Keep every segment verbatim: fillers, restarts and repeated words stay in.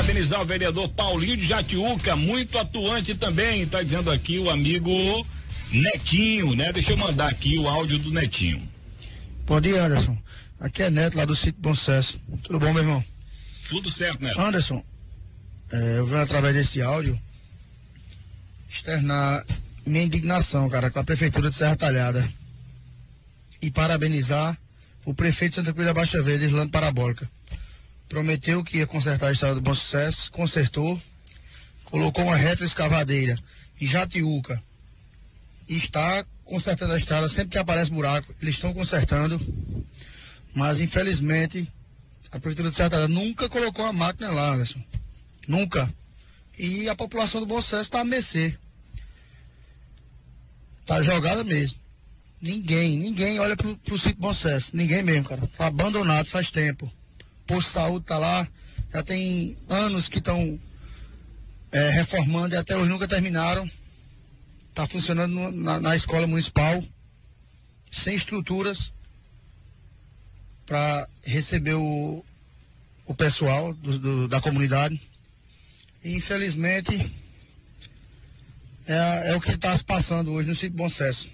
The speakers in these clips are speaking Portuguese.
parabenizar o vereador Paulinho de Jatiuca, muito atuante também, tá dizendo aqui o amigo Netinho, né? Deixa eu mandar aqui o áudio do Netinho. Bom dia, Anderson. Aqui é Neto, lá do sítio Bom Sucesso. Tudo bom, meu irmão? Tudo certo, Neto. Anderson, é, eu venho através desse áudio externar minha indignação, cara, com a prefeitura de Serra Talhada e parabenizar o prefeito de Santa Cruz da Baixa Verde, Irlando Parabólica. Prometeu que ia consertar a estrada do Bom Sucesso, consertou, colocou uma retroescavadeira em Jatiuca e está consertando a estrada. Sempre que aparece buraco, eles estão consertando, mas infelizmente a prefeitura de Serra Talhada nunca colocou a máquina lá, Anderson. Nunca. E a população do Bom Sucesso está a mercê. Tá jogada mesmo. Ninguém, ninguém olha pro, pro sítio Bom Sucesso. Ninguém mesmo, cara. Tá abandonado faz tempo. Posto de saúde tá lá. Já tem anos que estão é, reformando e até hoje nunca terminaram. Tá funcionando no, na, na escola municipal. Sem estruturas para receber o, o pessoal do, do, da comunidade. E infelizmente é, é o que está se passando hoje no sítio Bom Sucesso.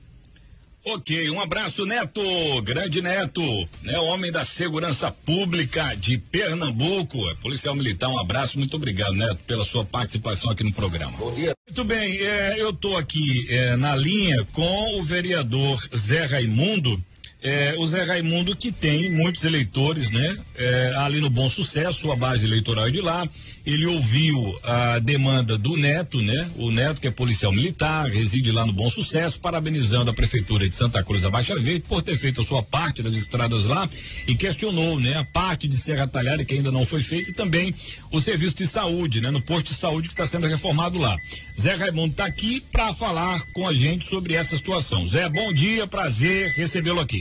Ok, um abraço, Neto, grande Neto, né, o homem da segurança pública de Pernambuco, é policial militar, um abraço, muito obrigado, Neto, pela sua participação aqui no programa. Bom dia. Muito bem, é, eu estou aqui é, na linha com o vereador Zé Raimundo, é, o Zé Raimundo que tem muitos eleitores, né, é, ali no Bom Sucesso, a base eleitoral é de lá. Ele ouviu a demanda do Neto, né? O Neto, que é policial militar, reside lá no Bom Sucesso, parabenizando a prefeitura de Santa Cruz da Baixa Verde por ter feito a sua parte das estradas lá e questionou, né? A parte de Serra Talhada que ainda não foi feita e também o serviço de saúde, né? No posto de saúde que está sendo reformado lá. Zé Raimundo está aqui para falar com a gente sobre essa situação. Zé, bom dia, prazer recebê-lo aqui.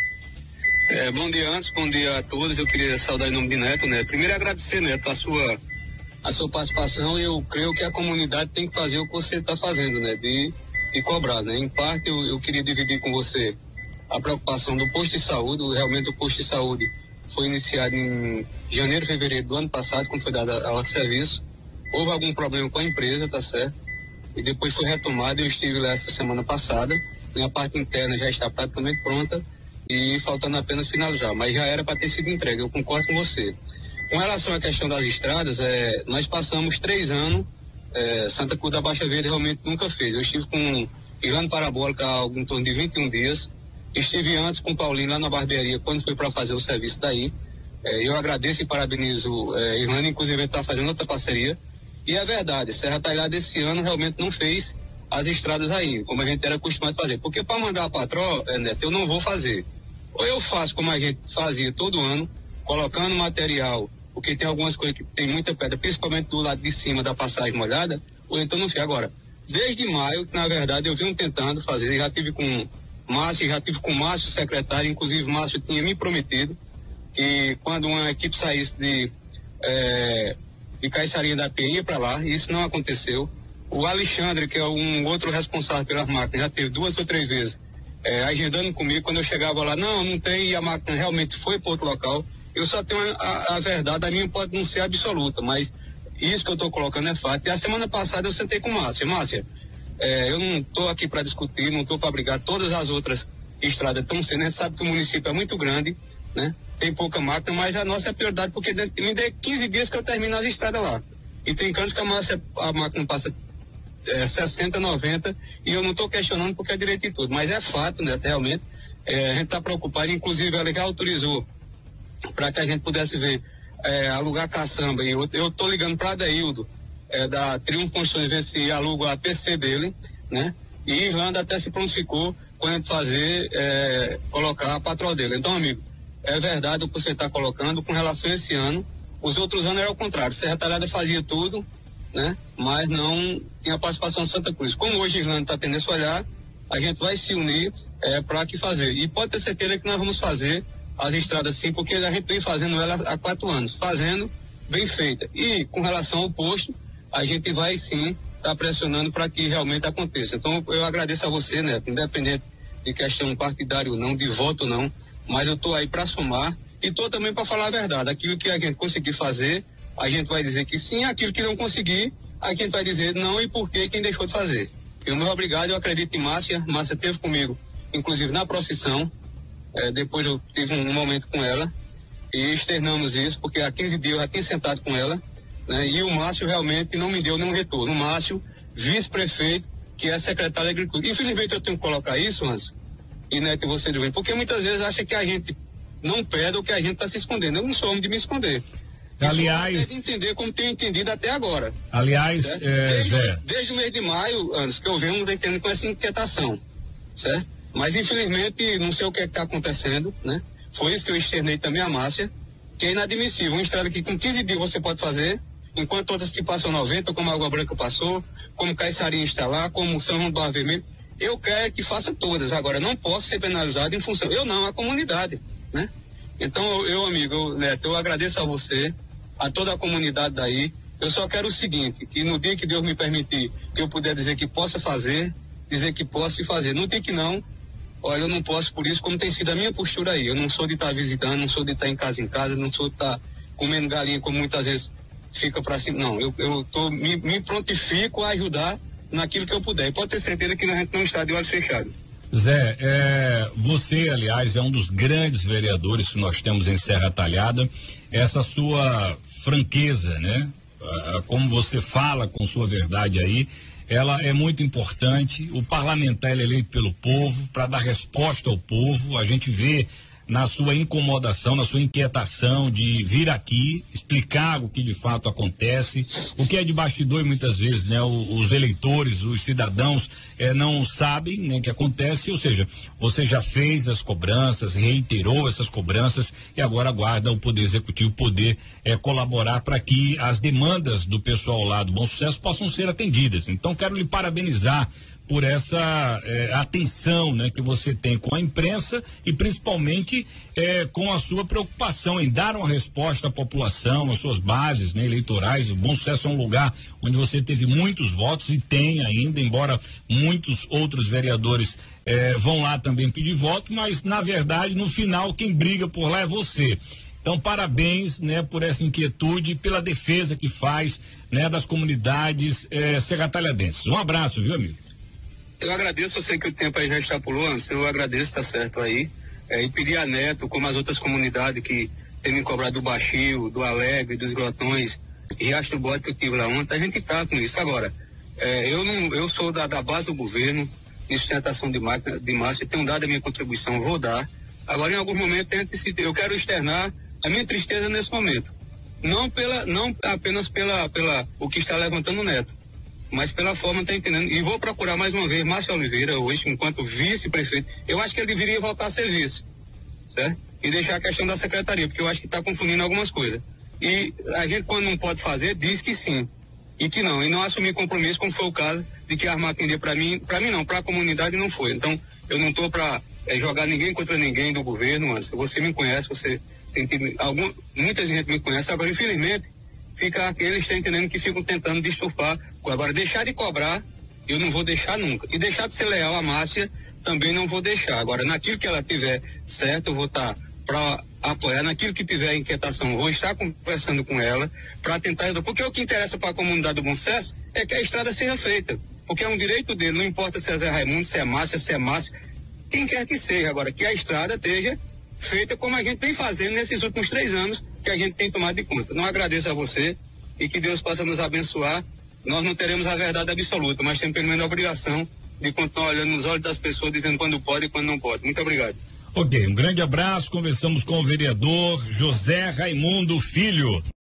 É, bom dia, antes, bom dia a todos. Eu queria saudar em nome de Neto, né? Primeiro agradecer, Neto, a sua a sua participação. Eu creio que a comunidade tem que fazer o que você está fazendo, né? De, de cobrar, né? Em parte, eu, eu queria dividir com você a preocupação do posto de saúde. Realmente, o posto de saúde foi iniciado em janeiro, fevereiro do ano passado, quando foi dada a ordem de serviço. Houve algum problema com a empresa, tá certo? E depois foi retomado. Eu estive lá essa semana passada. Minha parte interna já está praticamente pronta e faltando apenas finalizar, mas já era para ter sido entregue. Eu concordo com você. Com relação à questão das estradas, é, nós passamos três anos, é, Santa Cruz da Baixa Verde realmente nunca fez. Eu estive com Irlando Parabólica há algum torno de vinte e um dias, estive antes com o Paulinho lá na barbearia, quando foi para fazer o serviço daí. É, eu agradeço e parabenizo é, Irlando, inclusive ele está fazendo outra parceria. E é verdade, Serra Talhada esse ano realmente não fez as estradas aí, como a gente era acostumado a fazer. Porque para mandar a patroa, é, Neto, eu não vou fazer. Ou eu faço como a gente fazia todo ano, colocando material, porque tem algumas coisas que tem muita pedra, principalmente do lado de cima da passagem molhada, ou então não fica. Agora, desde maio, na verdade, eu venho tentando fazer, já tive com Márcio, já tive com Márcio, secretário, inclusive Márcio tinha me prometido que quando uma equipe saísse de, é, de Caiçarinha da P ia para lá, e isso não aconteceu. O Alexandre, que é um outro responsável pelas máquinas, já teve duas ou três vezes é, agendando comigo, quando eu chegava lá, não, não tem, e a máquina realmente foi para outro local. Eu só tenho a, a, a verdade, a minha pode não ser absoluta, mas isso que eu estou colocando é fato. E a semana passada eu sentei com Márcia. Márcia, é, eu não estou aqui para discutir, não estou para brigar. Todas as outras estradas estão sendo, a gente sabe que o município é muito grande, né? Tem pouca máquina, mas a nossa é prioridade, porque me dê quinze dias que eu termino as estradas lá. E tem cantos que a, Márcia, a máquina passa é, sessenta, noventa, e eu não estou questionando porque é direito de tudo. Mas é fato, né? Realmente, é, a gente está preocupado, inclusive ela já autorizou para que a gente pudesse ver, é, alugar caçamba. E eu, eu tô ligando para Adeildo, é, da Triunfo Construções, ver se aluga a P C dele, né? E Irlanda até se prontificou quando a gente fazer, é, colocar a patroa dele. Então, amigo, é verdade o que você está colocando com relação a esse ano. Os outros anos era o contrário. Serra Talhada fazia tudo, né? Mas não tinha participação de Santa Cruz. Como hoje Irlanda está tendo esse olhar, a gente vai se unir, é, para que fazer. E pode ter certeza que nós vamos fazer as estradas sim, porque a gente vem fazendo ela há quatro anos, fazendo bem feita. E com relação ao posto, a gente vai sim estar tá pressionando para que realmente aconteça. Então eu agradeço a você, Neto, independente de questão partidária ou não, de voto ou não, mas eu estou aí para somar e estou também para falar a verdade. Aquilo que a gente conseguir fazer, a gente vai dizer que sim, aquilo que não conseguir, a gente vai dizer não e por que quem deixou de fazer. E o meu obrigado, eu acredito em Márcia, Márcia esteve comigo, inclusive na procissão, é, depois eu tive um, um momento com ela, e externamos isso, porque há quinze dias eu já tinha sentado com ela, né, e o Márcio realmente não me deu nenhum retorno. O Márcio, vice-prefeito, que é secretário de Agricultura. Infelizmente eu tenho que colocar isso, Hans, e Neto e você, Juventus, porque muitas vezes acha que a gente não pede ou que a gente está se escondendo. Eu não sou homem de me esconder. Aliás, de entender como tenho entendido até agora. Aliás, é, desde, Zé. desde o mês de maio, antes que eu venho entendendo com essa inquietação, certo? Mas infelizmente não sei o que está acontecendo, né? Foi isso que eu externei também a Márcia, que é inadmissível. Uma estrada que com quinze dias você pode fazer, enquanto outras que passam noventa, como a Água Branca passou, como Caiçarinha está lá, como São João do Barro Vermelho. Eu quero que faça todas. Agora, não posso ser penalizado em função. Eu não, a comunidade, né? Então, eu, eu amigo, eu, Neto, eu agradeço a você, a toda a comunidade daí. Eu só quero o seguinte, que no dia que Deus me permitir que eu puder dizer que possa fazer, dizer que posso e fazer. No dia que não, olha, eu não posso por isso, como tem sido a minha postura aí. Eu não sou de estar visitando, não sou de estar em casa em casa, não sou de estar comendo galinha como muitas vezes fica para cima. Não, eu, eu tô, me, me prontifico a ajudar naquilo que eu puder. E pode ter certeza que a gente não está de olhos fechados. Zé, é, você, aliás, é um dos grandes vereadores que nós temos em Serra Talhada. Essa sua franqueza, né? Como você fala com sua verdade aí, ela é muito importante. O parlamentar ele é eleito pelo povo para dar resposta ao povo. A gente vê na sua incomodação, na sua inquietação de vir aqui, explicar o que de fato acontece, o que é de bastidor e muitas vezes, né, os eleitores, os cidadãos eh, não sabem, né, que acontece, ou seja, você já fez as cobranças, reiterou essas cobranças e agora aguarda o Poder Executivo poder eh, colaborar para que as demandas do pessoal lá do Bom Sucesso possam ser atendidas. Então quero lhe parabenizar por essa eh, atenção, né, que você tem com a imprensa e principalmente eh, com a sua preocupação em dar uma resposta à população, às suas bases, né, eleitorais. O Bom Sucesso é um lugar onde você teve muitos votos e tem ainda, embora muitos outros vereadores eh, vão lá também pedir voto, mas na verdade no final quem briga por lá é você. Então, parabéns, né, por essa inquietude e pela defesa que faz, né, das comunidades eh, serratalhadenses. Um abraço, viu, amigo? Eu agradeço, eu sei que o tempo aí já extrapolou, antes, eu agradeço, tá certo aí, é, e pedir a Neto, como as outras comunidades que tem me cobrado do Baixio, do Alegre, dos Grotões, e Riacho do Bode que eu tive lá ontem, a gente tá com isso. Agora, é, eu não, eu sou da, da base do governo, de sustentação de, máquina, de massa, e tenho dado a minha contribuição, vou dar. Agora, em algum momento, eu quero externar a minha tristeza nesse momento. Não, pela, não apenas pela, pela o que está levantando o Neto, mas pela forma, tá entendendo? E vou procurar mais uma vez Márcio Oliveira hoje, enquanto vice-prefeito. Eu acho que ele deveria voltar a ser vice, certo? E deixar a questão da secretaria, porque eu acho que está confundindo algumas coisas. E a gente, quando não pode fazer, diz que sim, e que não, e não assumir compromisso, como foi o caso de que a Armaquindê, para mim, para mim não, para a comunidade não foi. Então, eu não estou para é, jogar ninguém contra ninguém do governo, mas você me conhece, você tem, tem algum, muita gente me conhece, agora, infelizmente, fica aqueles, estão entendendo, que ficam tentando disturbar. Agora, deixar de cobrar, eu não vou deixar nunca. E deixar de ser leal à Márcia, também não vou deixar. Agora, naquilo que ela tiver certo, eu vou estar para apoiar. Naquilo que tiver inquietação, eu vou estar conversando com ela para tentar. Porque o que interessa para a comunidade do Bom Sucesso é que a estrada seja feita. Porque é um direito dele, não importa se é Zé Raimundo, se é Márcia, se é Márcia, quem quer que seja. Agora, que a estrada esteja feita como a gente tem fazendo nesses últimos três anos que a gente tem tomado de conta. Não agradeço a você e que Deus possa nos abençoar. Nós não teremos a verdade absoluta, mas temos pelo menos a obrigação de continuar olhando nos olhos das pessoas, dizendo quando pode e quando não pode. Muito obrigado. Ok, um grande abraço. Conversamos com o vereador José Raimundo Filho.